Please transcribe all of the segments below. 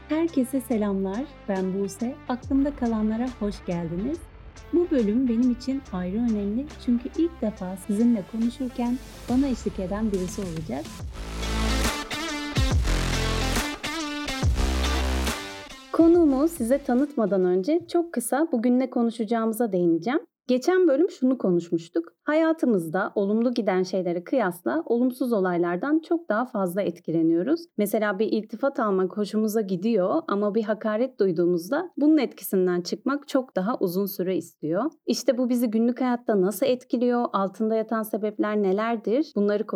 Herkese selamlar. Ben Buse. Aklımda kalanlara hoş geldiniz. Bu bölüm benim için ayrı önemli çünkü ilk defa sizinle konuşurken bana eşlik eden birisi olacak. Konuğumu size tanıtmadan önce çok kısa bugün ne konuşacağımıza değineceğim. Geçen bölüm şunu konuşmuştuk. Hayatımızda olumlu giden şeylere kıyasla olumsuz olaylardan çok daha fazla etkileniyoruz. Mesela bir iltifat almak hoşumuza gidiyor ama bir hakaret duyduğumuzda bunun etkisinden çıkmak çok daha uzun süre istiyor. İşte bu bizi günlük hayatta nasıl etkiliyor, altında yatan sebepler nelerdir?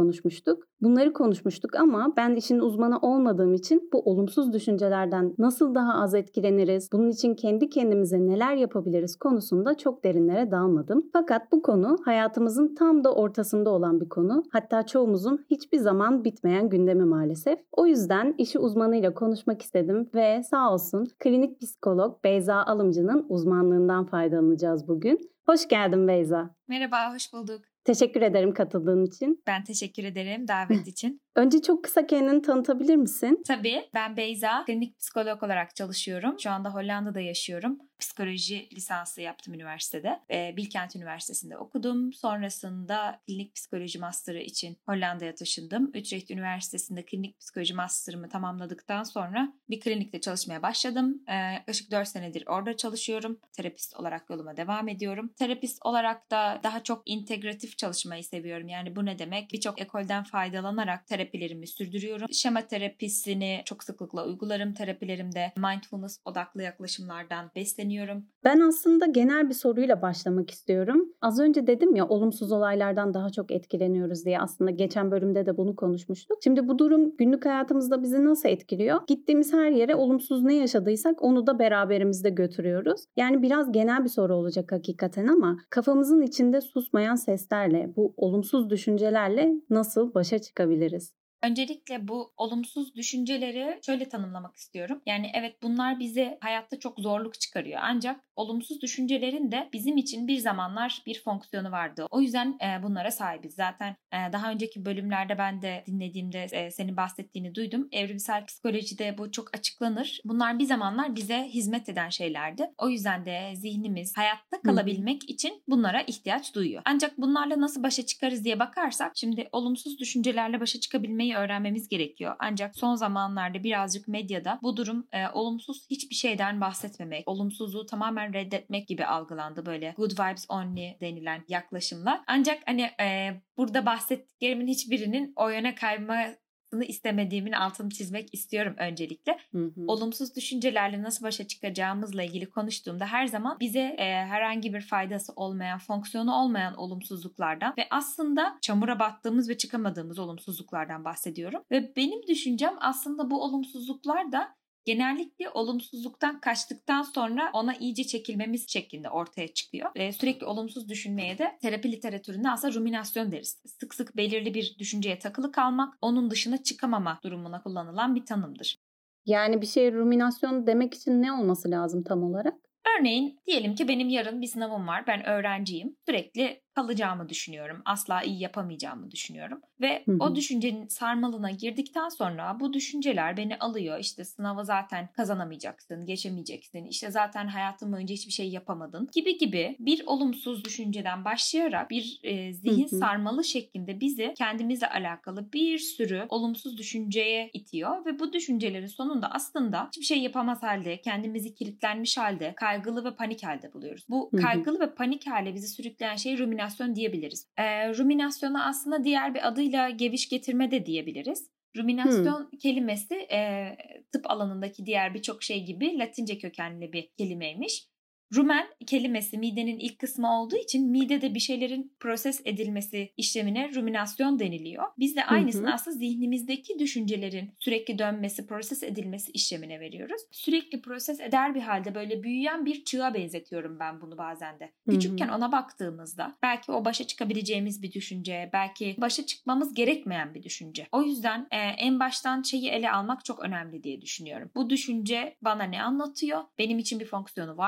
Bunları konuşmuştuk ama ben işin uzmanı olmadığım için bu olumsuz düşüncelerden nasıl daha az etkileniriz, bunun için kendi kendimize neler yapabiliriz konusunda çok derinlere dalmadım. Fakat bu konu hayatımızın tam da ortasında olan bir konu. Hatta çoğumuzun hiçbir zaman bitmeyen gündemi maalesef. O yüzden işi uzmanıyla konuşmak istedim ve sağ olsun klinik psikolog Beyza Alımcı'nın uzmanlığından faydalanacağız bugün. Hoş geldin Beyza. Merhaba, hoş bulduk. Teşekkür ederim katıldığın için. Ben teşekkür ederim davet için. Önce çok kısa kendini tanıtabilir misin? Tabii, ben Beyza, klinik psikolog olarak çalışıyorum. Şu anda Hollanda'da yaşıyorum. Psikoloji lisansı yaptım üniversitede. Bilkent Üniversitesi'nde okudum. Sonrasında klinik psikoloji master'ı için Hollanda'ya taşındım. Utrecht Üniversitesi'nde klinik psikoloji master'ımı tamamladıktan sonra bir klinikte çalışmaya başladım. Yaklaşık 4 senedir orada çalışıyorum. Terapist olarak yoluma devam ediyorum. Terapist olarak da daha çok integratif çalışmayı seviyorum. Yani bu ne demek? Birçok ekolden faydalanarak terapilerimi sürdürüyorum. Şema terapisini çok sıklıkla uygularım terapilerimde. Mindfulness odaklı yaklaşımlardan besleniyorum. Ben aslında genel bir soruyla başlamak istiyorum. Az önce dedim ya olumsuz olaylardan daha çok etkileniyoruz diye, aslında geçen bölümde de bunu konuşmuştuk. Şimdi bu durum günlük hayatımızda bizi nasıl etkiliyor? Gittiğimiz her yere olumsuz ne yaşadıysak onu da beraberimizde götürüyoruz. Yani biraz genel bir soru olacak hakikaten ama kafamızın içinde susmayan seslerle, bu olumsuz düşüncelerle nasıl başa çıkabiliriz? Öncelikle bu olumsuz düşünceleri şöyle tanımlamak istiyorum. Yani evet, bunlar bize hayatta çok zorluk çıkarıyor. Ancak olumsuz düşüncelerin de bizim için bir zamanlar bir fonksiyonu vardı. O yüzden bunlara sahibiz. Zaten daha önceki bölümlerde ben de dinlediğimde senin bahsettiğini duydum. Evrimsel psikolojide bu çok açıklanır. Bunlar bir zamanlar bize hizmet eden şeylerdi. O yüzden de zihnimiz hayatta kalabilmek için bunlara ihtiyaç duyuyor. Ancak bunlarla nasıl başa çıkarız diye bakarsak, şimdi olumsuz düşüncelerle başa çıkabilmeyi öğrenmemiz gerekiyor. Ancak son zamanlarda birazcık medyada bu durum olumsuz hiçbir şeyden bahsetmemek, olumsuzluğu tamamen reddetmek gibi algılandı, böyle good vibes only denilen yaklaşımla. Ancak hani burada bahsettiklerimin hiçbirinin o yöne kaymasını istemediğimin altını çizmek istiyorum öncelikle. Olumsuz düşüncelerle nasıl başa çıkacağımızla ilgili konuştuğumda her zaman bize herhangi bir faydası olmayan, fonksiyonu olmayan olumsuzluklardan ve aslında çamura battığımız ve çıkamadığımız olumsuzluklardan bahsediyorum. Ve benim düşüncem aslında bu olumsuzluklar da genellikle olumsuzluktan kaçtıktan sonra ona iyice çekilmemiz şeklinde ortaya çıkıyor. Sürekli olumsuz düşünmeye de terapi literatüründe aslında ruminasyon deriz. Sık sık belirli bir düşünceye takılı kalmak, onun dışına çıkamama durumuna kullanılan bir tanımdır. Yani bir şeye ruminasyon demek için ne olması lazım tam olarak? Örneğin diyelim ki benim yarın bir sınavım var. Ben öğrenciyim. Sürekli kalacağımı düşünüyorum. Asla iyi yapamayacağımı düşünüyorum. Ve o düşüncenin sarmalına girdikten sonra bu düşünceler beni alıyor. İşte sınavı zaten kazanamayacaksın, geçemeyeceksin. İşte zaten hayatın boyunca hiçbir şey yapamadın gibi bir olumsuz düşünceden başlayarak bir zihin sarmalı şeklinde bizi kendimizle alakalı bir sürü olumsuz düşünceye itiyor. Ve bu düşüncelerin sonunda aslında hiçbir şey yapamaz halde, kendimizi kilitlenmiş halde, kaygılı ve panik halde buluyoruz. Bu kaygılı ve panik hale bizi sürükleyen şey ruminasyon diyebiliriz. Ruminasyona aslında diğer bir adıyla geviş getirme de diyebiliriz. Ruminasyon kelimesi tıp alanındaki diğer birçok şey gibi Latince kökenli bir kelimeymiş. Rumen kelimesi midenin ilk kısmı olduğu için midede bir şeylerin proses edilmesi işlemine ruminasyon deniliyor. Biz de aynısını aslında zihnimizdeki düşüncelerin sürekli dönmesi, proses edilmesi işlemine veriyoruz. Sürekli proses eder bir halde böyle büyüyen bir çığa benzetiyorum ben bunu bazen de. Küçükken ona baktığımızda belki o başa çıkabileceğimiz bir düşünce, belki başa çıkmamız gerekmeyen bir düşünce. O yüzden en baştan şeyi ele almak çok önemli diye düşünüyorum. Bu düşünce bana ne anlatıyor? Benim için bir fonksiyonu var mı?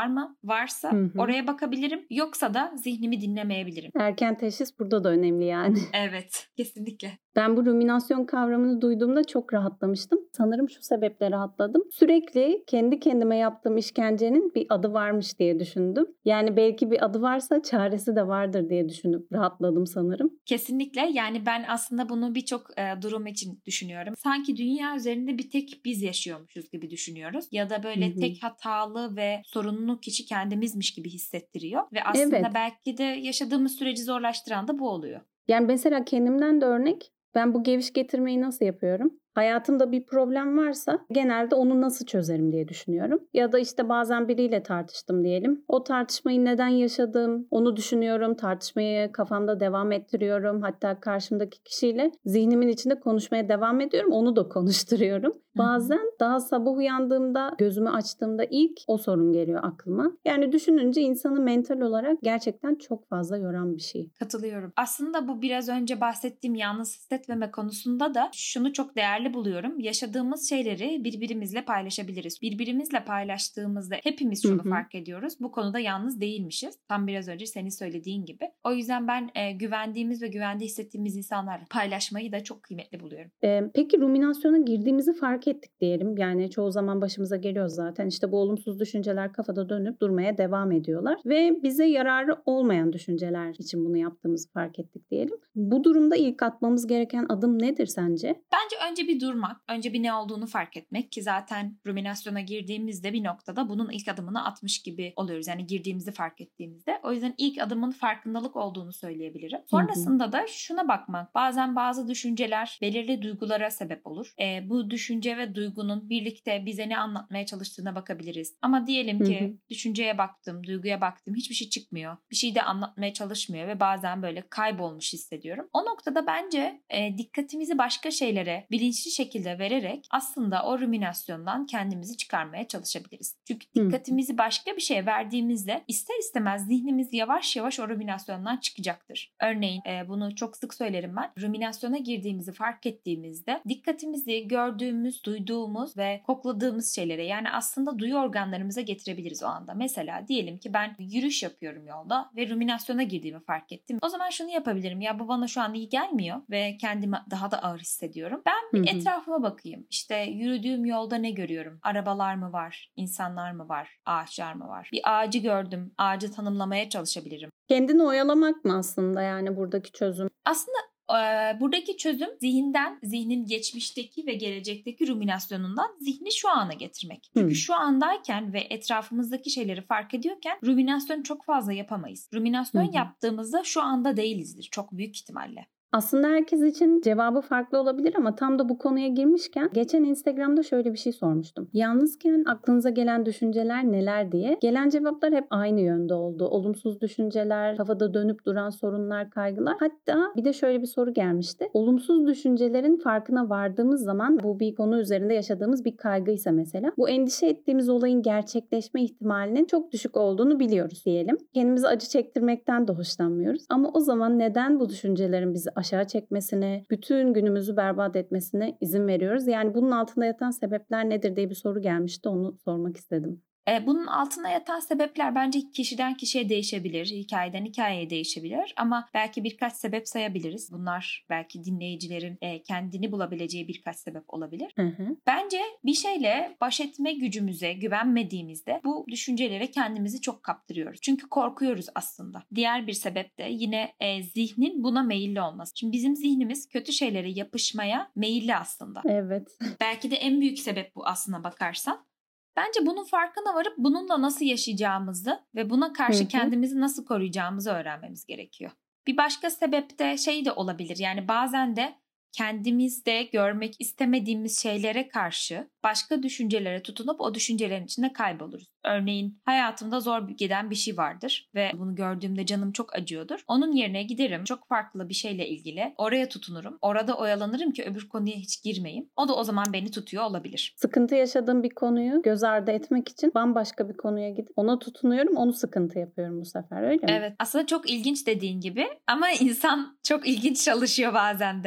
varsa oraya bakabilirim. Yoksa da zihnimi dinlemeyebilirim. Erken teşhis burada da önemli yani. Evet, kesinlikle. Ben bu ruminasyon kavramını duyduğumda çok rahatlamıştım. Sanırım şu sebeple rahatladım. Sürekli kendi kendime yaptığım işkencenin bir adı varmış diye düşündüm. Yani belki bir adı varsa çaresi de vardır diye düşünüp rahatladım sanırım. Kesinlikle. Yani ben aslında bunu birçok durum için düşünüyorum. Sanki dünya üzerinde bir tek biz yaşıyormuşuz gibi düşünüyoruz. Ya da böyle tek hatalı ve sorunlu kişi kendimizmiş gibi hissettiriyor. Ve aslında belki de yaşadığımız süreci zorlaştıran da bu oluyor. Yani mesela kendimden de örnek. Ben bu geviş getirmeyi nasıl yapıyorum? Hayatımda bir problem varsa genelde onu nasıl çözerim diye düşünüyorum. Ya da işte bazen biriyle tartıştım diyelim. O tartışmayı neden yaşadım onu düşünüyorum. Tartışmayı kafamda devam ettiriyorum. Hatta karşımdaki kişiyle zihnimin içinde konuşmaya devam ediyorum. Onu da konuşturuyorum. Bazen daha sabah uyandığımda, gözümü açtığımda ilk o sorun geliyor aklıma. Yani düşününce insanı mental olarak gerçekten çok fazla yoran bir şey. Katılıyorum. Aslında bu biraz önce bahsettiğim yalnız hissetmeme konusunda da şunu çok değerli buluyorum. Yaşadığımız şeyleri birbirimizle paylaşabiliriz. Birbirimizle paylaştığımızda hepimiz şunu fark ediyoruz. Bu konuda yalnız değilmişiz. Tam biraz önce senin söylediğin gibi. O yüzden ben güvendiğimiz ve güvende hissettiğimiz insanlarla paylaşmayı da çok kıymetli buluyorum. Peki ruminasyona girdiğimizi fark ettik diyelim. Yani çoğu zaman başımıza geliyor zaten. İşte bu olumsuz düşünceler kafada dönüp durmaya devam ediyorlar. Ve bize yararı olmayan düşünceler için bunu yaptığımızı fark ettik diyelim. Bu durumda ilk atmamız gereken adım nedir sence? Bence önce bir durmak, önce bir ne olduğunu fark etmek ki zaten ruminasyona girdiğimizde bir noktada bunun ilk adımını atmış gibi oluyoruz. Yani girdiğimizi fark ettiğimizde. O yüzden ilk adımın farkındalık olduğunu söyleyebilirim. Sonrasında da şuna bakmak. Bazen bazı düşünceler belirli duygulara sebep olur. Bu düşünce ve duygunun birlikte bize ne anlatmaya çalıştığına bakabiliriz. Ama diyelim ki düşünceye baktım, duyguya baktım, hiçbir şey çıkmıyor. Bir şey de anlatmaya çalışmıyor ve bazen böyle kaybolmuş hissediyorum. O noktada bence dikkatimizi başka şeylere bilinçli şekilde vererek aslında o ruminasyondan kendimizi çıkarmaya çalışabiliriz. Çünkü dikkatimizi başka bir şeye verdiğimizde ister istemez zihnimiz yavaş yavaş o ruminasyondan çıkacaktır. Örneğin bunu çok sık söylerim ben. Ruminasyona girdiğimizi fark ettiğimizde dikkatimizi gördüğümüz, duyduğumuz ve kokladığımız şeylere yani aslında duyu organlarımıza getirebiliriz o anda. Mesela diyelim ki ben yürüyüş yapıyorum yolda ve ruminasyona girdiğimi fark ettim. O zaman şunu yapabilirim. Ya bu bana şu an iyi gelmiyor ve kendimi daha da ağır hissediyorum. Ben bir etrafıma bakayım. İşte yürüdüğüm yolda ne görüyorum? Arabalar mı var? İnsanlar mı var? Ağaçlar mı var? Bir ağacı gördüm. Ağacı tanımlamaya çalışabilirim. Kendini oyalamak mı aslında yani buradaki çözüm? Aslında buradaki çözüm zihnin geçmişteki ve gelecekteki ruminasyonundan zihni şu ana getirmek. Çünkü şu andayken ve etrafımızdaki şeyleri fark ediyorken ruminasyon çok fazla yapamayız. Ruminasyon yaptığımızda şu anda değilizdir çok büyük ihtimalle. Aslında herkes için cevabı farklı olabilir ama tam da bu konuya girmişken geçen Instagram'da şöyle bir şey sormuştum. Yalnızken aklınıza gelen düşünceler neler diye. Gelen cevaplar hep aynı yönde oldu. Olumsuz düşünceler, kafada dönüp duran sorunlar, kaygılar. Hatta bir de şöyle bir soru gelmişti. Olumsuz düşüncelerin farkına vardığımız zaman bu bir konu üzerinde yaşadığımız bir kaygıysa mesela bu endişe ettiğimiz olayın gerçekleşme ihtimalinin çok düşük olduğunu biliyoruz diyelim. Kendimizi acı çektirmekten de hoşlanmıyoruz. Ama o zaman neden bu düşüncelerin bizi aşağı çekmesine, bütün günümüzü berbat etmesine izin veriyoruz? Yani bunun altında yatan sebepler nedir diye bir soru gelmişti. Onu sormak istedim. Bunun altına yatan sebepler bence kişiden kişiye değişebilir, hikayeden hikayeye değişebilir ama belki birkaç sebep sayabiliriz. Bunlar belki dinleyicilerin kendini bulabileceği birkaç sebep olabilir. Bence bir şeyle baş etme gücümüze güvenmediğimizde bu düşüncelere kendimizi çok kaptırıyoruz. Çünkü korkuyoruz aslında. Diğer bir sebep de yine zihnin buna meyilli olması. Şimdi bizim zihnimiz kötü şeylere yapışmaya meyilli aslında. Evet. Belki de en büyük sebep bu aslına bakarsan. Bence bunun farkına varıp bununla nasıl yaşayacağımızı ve buna karşı kendimizi nasıl koruyacağımızı öğrenmemiz gerekiyor. Bir başka sebep de şey de olabilir. Yani bazen de kendimizde görmek istemediğimiz şeylere karşı başka düşüncelere tutunup o düşüncelerin içinde kayboluruz. Örneğin hayatımda zor giden bir şey vardır ve bunu gördüğümde canım çok acıyordur. Onun yerine giderim çok farklı bir şeyle ilgili oraya tutunurum. Orada oyalanırım ki öbür konuya hiç girmeyeyim. O da o zaman beni tutuyor olabilir. Sıkıntı yaşadığım bir konuyu göz ardı etmek için bambaşka bir konuya gidip ona tutunuyorum, onu sıkıntı yapıyorum bu sefer, öyle mi? Evet, aslında çok ilginç dediğin gibi ama insan çok ilginç çalışıyor bazen de.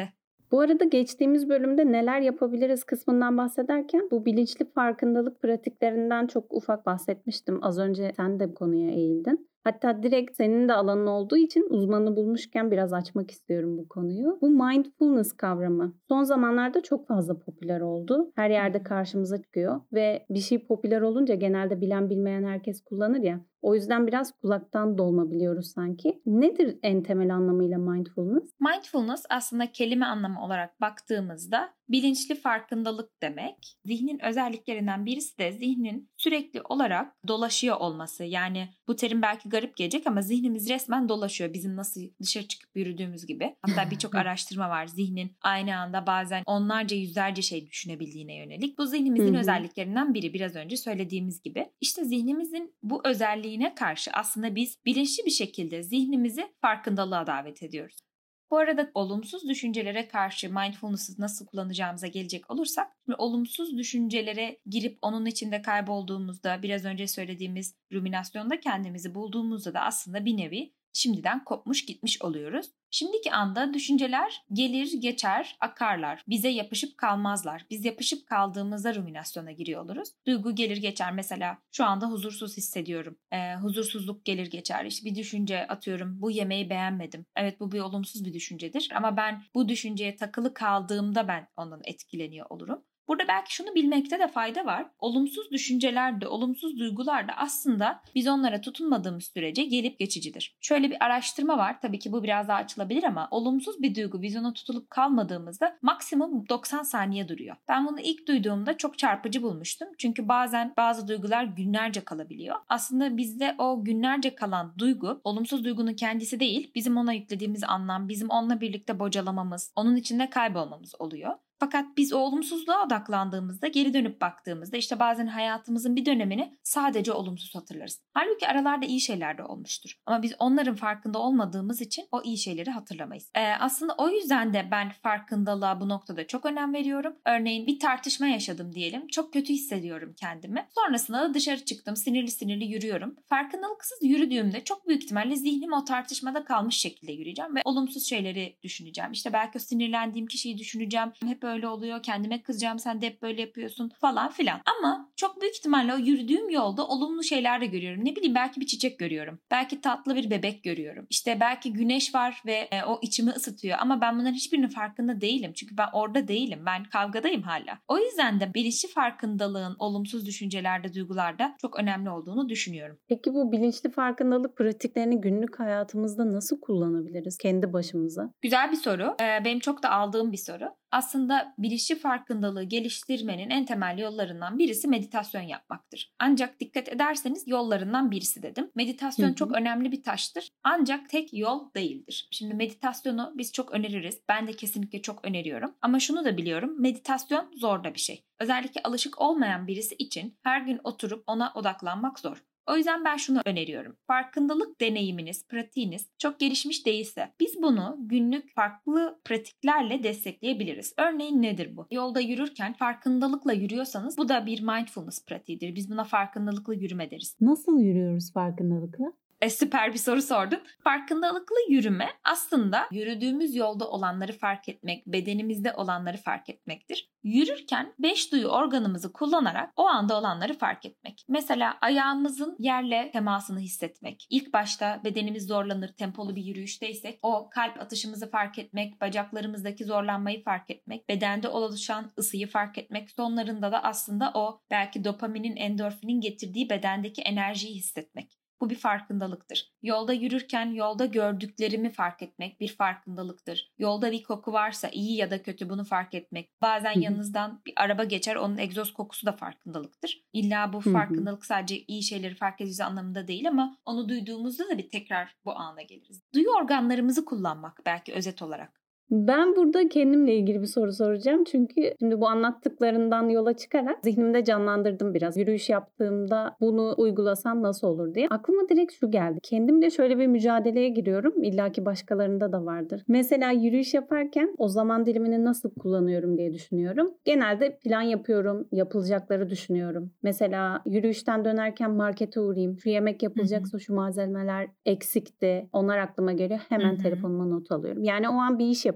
Bu arada geçtiğimiz bölümde neler yapabiliriz kısmından bahsederken bu bilinçli farkındalık pratiklerinden çok ufak bahsetmiştim. Az önce sen de bu konuya eğildin. Hatta direkt senin de alanın olduğu için uzmanı bulmuşken biraz açmak istiyorum bu konuyu. Bu mindfulness kavramı son zamanlarda çok fazla popüler oldu. Her yerde karşımıza çıkıyor ve bir şey popüler olunca genelde bilen bilmeyen herkes kullanır ya. O yüzden biraz kulaktan dolma biliyoruz sanki. Nedir en temel anlamıyla mindfulness? Mindfulness aslında kelime anlamı olarak baktığımızda bilinçli farkındalık demek. Zihnin özelliklerinden birisi de zihnin sürekli olarak dolaşıyor olması. Yani bu terim belki garip gelecek ama zihnimiz resmen dolaşıyor. Bizim nasıl dışarı çıkıp yürüdüğümüz gibi. Hatta birçok araştırma var. Zihnin aynı anda bazen onlarca yüzlerce şey düşünebildiğine yönelik. Bu zihnimizin özelliklerinden biri, biraz önce söylediğimiz gibi. İşte zihnimizin bu özelliğine karşı aslında biz bilinçli bir şekilde zihnimizi farkındalığa davet ediyoruz. Bu arada olumsuz düşüncelere karşı mindfulness'ı nasıl kullanacağımıza gelecek olursak, olumsuz düşüncelere girip onun içinde kaybolduğumuzda, biraz önce söylediğimiz ruminasyonda kendimizi bulduğumuzda da aslında bir nevi şimdiden kopmuş gitmiş oluyoruz. Şimdiki anda düşünceler gelir geçer, akarlar. Bize yapışıp kalmazlar. Biz yapışıp kaldığımızda ruminasyona giriyor oluruz. Duygu gelir geçer, mesela şu anda huzursuz hissediyorum. Huzursuzluk gelir geçer. İşte bir düşünce, atıyorum bu yemeği beğenmedim. Evet, bu bir olumsuz bir düşüncedir ama ben bu düşünceye takılı kaldığımda ben ondan etkileniyor olurum. Burada belki şunu bilmekte de fayda var. Olumsuz düşünceler de, olumsuz duygular da aslında biz onlara tutunmadığımız sürece gelip geçicidir. Şöyle bir araştırma var. Tabii ki bu biraz daha açılabilir ama olumsuz bir duygu biz ona tutulup kalmadığımızda maksimum 90 saniye duruyor. Ben bunu ilk duyduğumda çok çarpıcı bulmuştum. Çünkü bazen bazı duygular günlerce kalabiliyor. Aslında bizde o günlerce kalan duygu, olumsuz duygunun kendisi değil, bizim ona yüklediğimiz anlam, bizim onunla birlikte bocalamamız, onun içinde kaybolmamız oluyor. Fakat biz o olumsuzluğa odaklandığımızda, geri dönüp baktığımızda işte bazen hayatımızın bir dönemini sadece olumsuz hatırlarız. Halbuki aralarda iyi şeyler de olmuştur. Ama biz onların farkında olmadığımız için o iyi şeyleri hatırlamayız. Aslında o yüzden de ben farkındalığa bu noktada çok önem veriyorum. Örneğin bir tartışma yaşadım diyelim. Çok kötü hissediyorum kendimi. Sonrasında da dışarı çıktım. Sinirli sinirli yürüyorum. Farkındalıksız yürüdüğümde çok büyük ihtimalle zihnim o tartışmada kalmış şekilde yürüyeceğim ve olumsuz şeyleri düşüneceğim. İşte belki o sinirlendiğim kişiyi düşüneceğim. Hep öyle oluyor. Kendime kızacağım. Sen de hep böyle yapıyorsun falan filan. Ama çok büyük ihtimalle o yürüdüğüm yolda olumlu şeyler de görüyorum. Ne bileyim, belki bir çiçek görüyorum. Belki tatlı bir bebek görüyorum. İşte belki güneş var ve o içimi ısıtıyor. Ama ben bunların hiçbirinin farkında değilim. Çünkü ben orada değilim. Ben kavgadayım hala. O yüzden de bilinçli farkındalığın olumsuz düşüncelerde, duygularda çok önemli olduğunu düşünüyorum. Peki bu bilinçli farkındalık pratiklerini günlük hayatımızda nasıl kullanabiliriz kendi başımıza? Güzel bir soru. Benim çok da aldığım bir soru. Aslında bilinçli farkındalığı geliştirmenin en temel yollarından birisi meditasyon yapmaktır. Ancak dikkat ederseniz yollarından birisi dedim. Meditasyon çok önemli bir taştır. Ancak tek yol değildir. Şimdi meditasyonu biz çok öneririz. Ben de kesinlikle çok öneriyorum. Ama şunu da biliyorum. Meditasyon zor da bir şey. Özellikle alışık olmayan birisi için her gün oturup ona odaklanmak zor. O yüzden ben şunu öneriyorum. Farkındalık deneyiminiz, pratiğiniz çok gelişmiş değilse biz bunu günlük farklı pratiklerle destekleyebiliriz. Örneğin nedir bu? Yolda yürürken farkındalıkla yürüyorsanız bu da bir mindfulness pratiğidir. Biz buna farkındalıklı yürüme deriz. Nasıl yürüyoruz farkındalıkla? Süper bir soru sordun. Farkındalıklı yürüme aslında yürüdüğümüz yolda olanları fark etmek, bedenimizde olanları fark etmektir. Yürürken 5 duyu organımızı kullanarak o anda olanları fark etmek. Mesela ayağımızın yerle temasını hissetmek. İlk başta bedenimiz zorlanır, tempolu bir yürüyüşteysek o kalp atışımızı fark etmek, bacaklarımızdaki zorlanmayı fark etmek, bedende oluşan ısıyı fark etmek. Sonlarında da aslında o belki dopaminin, endorfinin getirdiği bedendeki enerjiyi hissetmek. Bu bir farkındalıktır. Yolda yürürken yolda gördüklerimi fark etmek bir farkındalıktır. Yolda bir koku varsa iyi ya da kötü bunu fark etmek. Bazen yanınızdan bir araba geçer, onun egzoz kokusu da farkındalıktır. İlla bu farkındalık sadece iyi şeyleri fark edeceğiz anlamında değil ama onu duyduğumuzda da bir tekrar bu ana geliriz. Duyu organlarımızı kullanmak belki özet olarak. Ben burada kendimle ilgili bir soru soracağım. Çünkü şimdi bu anlattıklarından yola çıkarak zihnimde canlandırdım biraz. Yürüyüş yaptığımda bunu uygulasam nasıl olur diye. Aklıma direkt şu geldi. Kendimle şöyle bir mücadeleye giriyorum. İlla ki başkalarında da vardır. Mesela yürüyüş yaparken o zaman dilimini nasıl kullanıyorum diye düşünüyorum. Genelde plan yapıyorum. Yapılacakları düşünüyorum. Mesela yürüyüşten dönerken markete uğrayayım. Şu yemek yapılacaksa şu malzemeler eksikti. Onlar aklıma geliyor. Hemen telefonuma not alıyorum. Yani o an bir iş yapıyorum.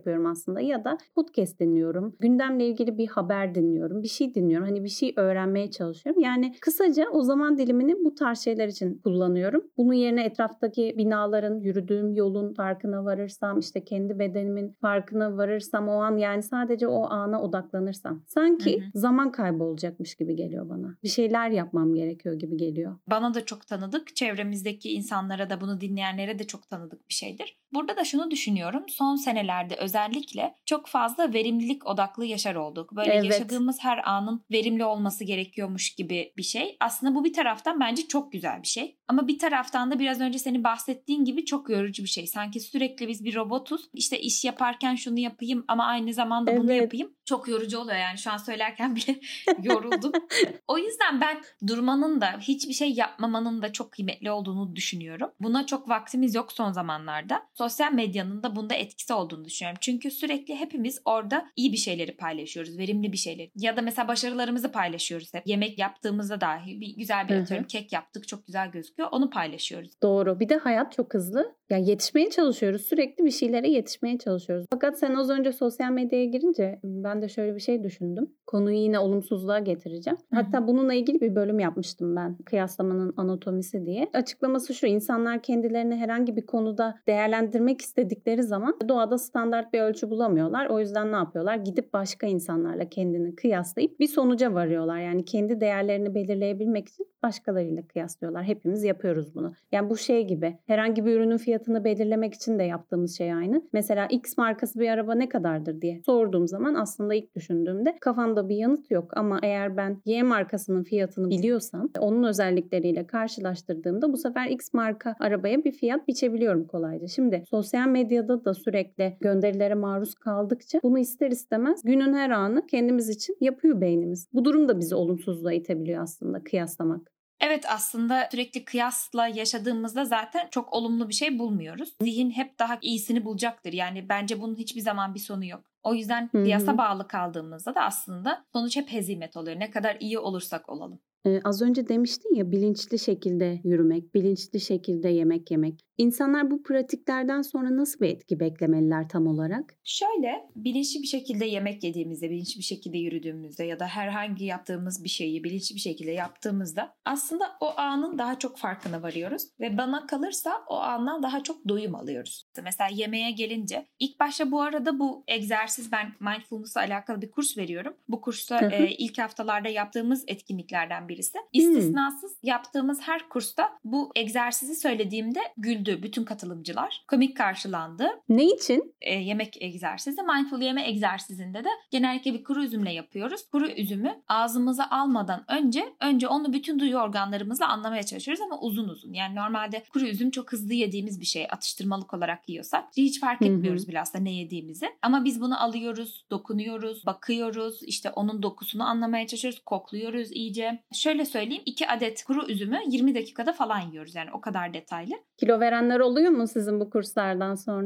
yapıyorum aslında ya da podcast dinliyorum. Gündemle ilgili bir haber dinliyorum. Bir şey dinliyorum. Hani bir şey öğrenmeye çalışıyorum. Yani kısaca o zaman dilimini bu tarz şeyler için kullanıyorum. Bunun yerine etraftaki binaların, yürüdüğüm yolun farkına varırsam, işte kendi bedenimin farkına varırsam o an, yani sadece o ana odaklanırsam sanki zaman kaybı olacakmış gibi geliyor bana. Bir şeyler yapmam gerekiyor gibi geliyor. Bana da çok tanıdık, çevremizdeki insanlara da, bunu dinleyenlere de çok tanıdık bir şeydir. Burada da şunu düşünüyorum, son senelerde özellikle çok fazla verimlilik odaklı yaşar olduk. Böyle yaşadığımız her anın verimli olması gerekiyormuş gibi bir şey. Aslında bu bir taraftan bence çok güzel bir şey. Ama bir taraftan da biraz önce senin bahsettiğin gibi çok yorucu bir şey. Sanki sürekli biz bir robotuz. İşte iş yaparken şunu yapayım ama aynı zamanda bunu yapayım. Çok yorucu oluyor yani, şu an söylerken bile yoruldum. O yüzden ben durmanın da, hiçbir şey yapmamanın da çok kıymetli olduğunu düşünüyorum. Buna çok vaktimiz yok son zamanlarda. Sosyal medyanın da bunda etkisi olduğunu düşünüyorum. Çünkü sürekli hepimiz orada iyi bir şeyleri paylaşıyoruz, verimli bir şeyleri. Ya da mesela başarılarımızı paylaşıyoruz hep. Yemek yaptığımızda dahi bir güzel bir atıyorum kek yaptık, çok güzel gözüküyor. Onu paylaşıyoruz. Doğru. Bir de hayat çok hızlı. Yani yetişmeye çalışıyoruz. Sürekli bir şeylere yetişmeye çalışıyoruz. Fakat sen az önce sosyal medyaya girince ben de şöyle bir şey düşündüm. Konuyu yine olumsuzluğa getireceğim. Hatta bununla ilgili bir bölüm yapmıştım ben. Kıyaslamanın anatomisi diye. Açıklaması şu: insanlar kendilerini herhangi bir konuda değerlendirmek istedikleri zaman doğada standart bir ölçü bulamıyorlar. O yüzden ne yapıyorlar? Gidip başka insanlarla kendini kıyaslayıp bir sonuca varıyorlar. Yani kendi değerlerini belirleyebilmek için başkalarıyla kıyaslıyorlar. Hepimiz yapıyoruz bunu. Yani bu şey gibi, herhangi bir ürünün fiyatını belirlemek için de yaptığımız şey aynı. Mesela X markası bir araba ne kadardır diye sorduğum zaman aslında ilk düşündüğümde kafamda bir yanıt yok. Ama eğer ben Y markasının fiyatını biliyorsam, onun özellikleriyle karşılaştırdığımda bu sefer X marka arabaya bir fiyat biçebiliyorum kolayca. Şimdi sosyal medyada da sürekli gönderilere maruz kaldıkça bunu ister istemez günün her anı kendimiz için yapıyor beynimiz. Bu durum da bizi olumsuzluğa itebiliyor aslında, kıyaslamak. Evet, aslında sürekli kıyasla yaşadığımızda zaten çok olumlu bir şey bulmuyoruz. Zihin hep daha iyisini bulacaktır. Yani bence bunun hiçbir zaman bir sonu yok. O yüzden kıyasa bağlı kaldığımızda da aslında sonuç hep hezimet oluyor. Ne kadar iyi olursak olalım. Az önce demiştin ya, bilinçli şekilde yürümek, bilinçli şekilde yemek yemek. İnsanlar bu pratiklerden sonra nasıl bir etki beklemeliler tam olarak? Şöyle, bilinçli bir şekilde yemek yediğimizde, bilinçli bir şekilde yürüdüğümüzde ya da herhangi yaptığımız bir şeyi bilinçli bir şekilde yaptığımızda aslında o anın daha çok farkına varıyoruz ve bana kalırsa o andan daha çok doyum alıyoruz. Mesela yemeğe gelince, ilk başta bu arada bu egzersiz, ben mindfulness'la alakalı bir kurs veriyorum. Bu kursta ilk haftalarda yaptığımız etkinliklerden birisi. İstisnasız yaptığımız her kursta bu egzersizi söylediğimde güldü bütün katılımcılar. Komik karşılandı. Ne için? Yemek egzersizi. Mindful yeme egzersizinde de genellikle bir kuru üzümle yapıyoruz. Kuru üzümü ağzımıza almadan önce onu bütün duyu organlarımızla anlamaya çalışıyoruz ama uzun uzun. Yani normalde kuru üzüm çok hızlı yediğimiz bir şey. Atıştırmalık olarak yiyorsak hiç fark etmiyoruz bile aslında ne yediğimizi. Ama biz bunu alıyoruz, dokunuyoruz, bakıyoruz. İşte onun dokusunu anlamaya çalışıyoruz. Kokluyoruz iyice. Şöyle söyleyeyim, 2 adet kuru üzümü 20 dakikada falan yiyoruz. Yani o kadar detaylı. Kilo verenler oluyor mu sizin bu kurslardan sonra?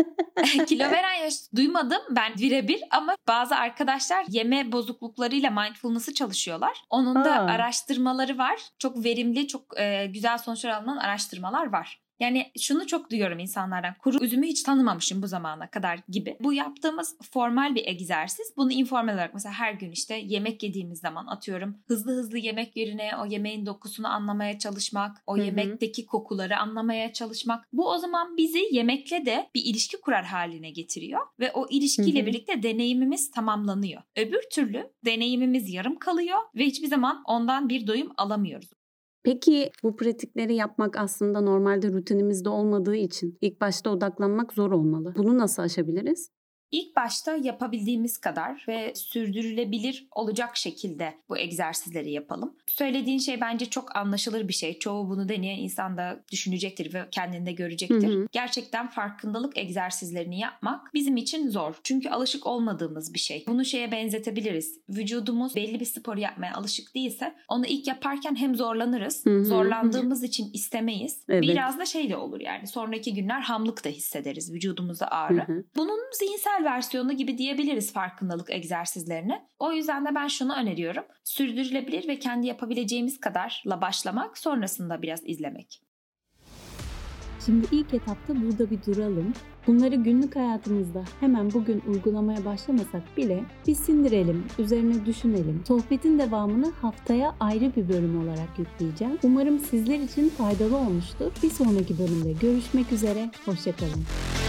Kilo veren duymadım ben birebir ama bazı arkadaşlar yeme bozukluklarıyla mindfulness'ı çalışıyorlar. Onun da araştırmaları var. Çok verimli, çok güzel sonuçlar alınan araştırmalar var. Yani şunu çok duyuyorum insanlardan. Kuru üzümü hiç tanımamışım bu zamana kadar gibi. Bu yaptığımız formal bir egzersiz. Bunu informal olarak mesela her gün işte yemek yediğimiz zaman atıyorum. Hızlı yemek yerine o yemeğin dokusunu anlamaya çalışmak. O yemekteki kokuları anlamaya çalışmak. Bu o zaman bizi yemekle de bir ilişki kurar haline getiriyor. Ve o ilişkiyle birlikte deneyimimiz tamamlanıyor. Öbür türlü deneyimimiz yarım kalıyor ve hiçbir zaman ondan bir doyum alamıyoruz. Peki bu pratikleri yapmak aslında normalde rutinimizde olmadığı için ilk başta odaklanmak zor olmalı. Bunu nasıl aşabiliriz? İlk başta yapabildiğimiz kadar ve sürdürülebilir olacak şekilde bu egzersizleri yapalım. Söylediğin şey bence çok anlaşılır bir şey. Çoğu bunu deneyen insan da düşünecektir ve kendinde görecektir. Gerçekten farkındalık egzersizlerini yapmak bizim için zor. Çünkü alışık olmadığımız bir şey. Bunu şeye benzetebiliriz. Vücudumuz belli bir spor yapmaya alışık değilse onu ilk yaparken hem zorlanırız. Zorlandığımız için istemeyiz. Evet. Biraz da şey de olur yani. Sonraki günler hamlık da hissederiz. Vücudumuzda ağrı. Bunun zihinsel versiyonu gibi diyebiliriz farkındalık egzersizlerine. O yüzden de ben şunu öneriyorum. Sürdürülebilir ve kendi yapabileceğimiz kadarla başlamak, sonrasında biraz izlemek. Şimdi ilk etapta burada bir duralım. Bunları günlük hayatımızda hemen bugün uygulamaya başlamasak bile bir sindirelim, üzerine düşünelim. Sohbetin devamını haftaya ayrı bir bölüm olarak yükleyeceğim. Umarım sizler için faydalı olmuştur. Bir sonraki bölümde görüşmek üzere, hoşça kalın.